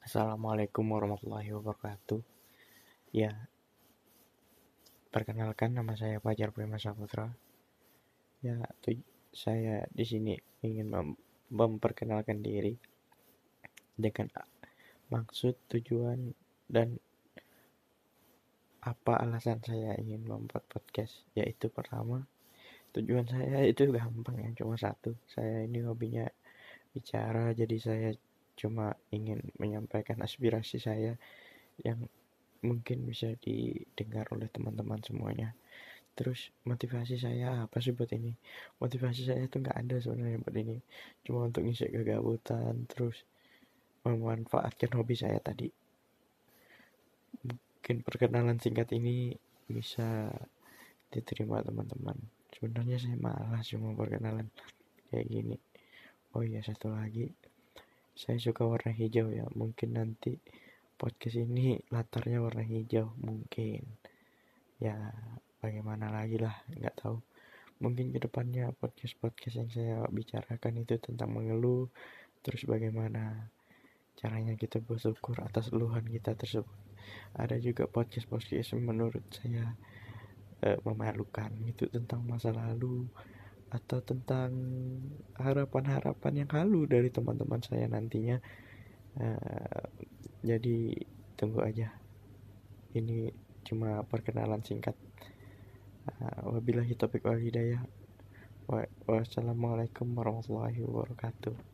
Assalamualaikum warahmatullahi wabarakatuh. Ya, perkenalkan nama saya Fajar Prima Saputra. Ya, saya di sini ingin memperkenalkan diri dengan maksud, tujuan, dan apa alasan saya ingin membuat podcast. Yaitu pertama, tujuan saya itu gampang ya, cuma satu. Saya ini hobinya bicara, jadi saya cuma ingin menyampaikan aspirasi saya yang mungkin bisa didengar oleh teman-teman semuanya. Terus motivasi saya apa sih buat ini? Motivasi saya tuh nggak ada sebenarnya buat ini. Cuma untuk ngisi kegabutan, terus memanfaatkan hobi saya tadi. Mungkin perkenalan singkat ini bisa diterima teman-teman. Sebenarnya saya malas cuma perkenalan kayak gini. Oh iya, satu lagi, saya suka warna hijau ya. Mungkin nanti podcast ini latarnya warna hijau mungkin. Ya, bagaimana lagi lah, nggak tahu. Mungkin kedepannya podcast-podcast yang saya bicarakan itu tentang mengeluh, terus bagaimana caranya kita bersyukur atas keluhan kita tersebut. Ada juga podcast-podcast yang menurut saya memalukan, itu tentang masa lalu atau tentang harapan-harapan yang halu dari teman-teman saya nantinya. Uh, jadi tunggu aja. Ini cuma perkenalan singkat. Wabillahi taufiq wal hidayah. Wassalamualaikum warahmatullahi wabarakatuh.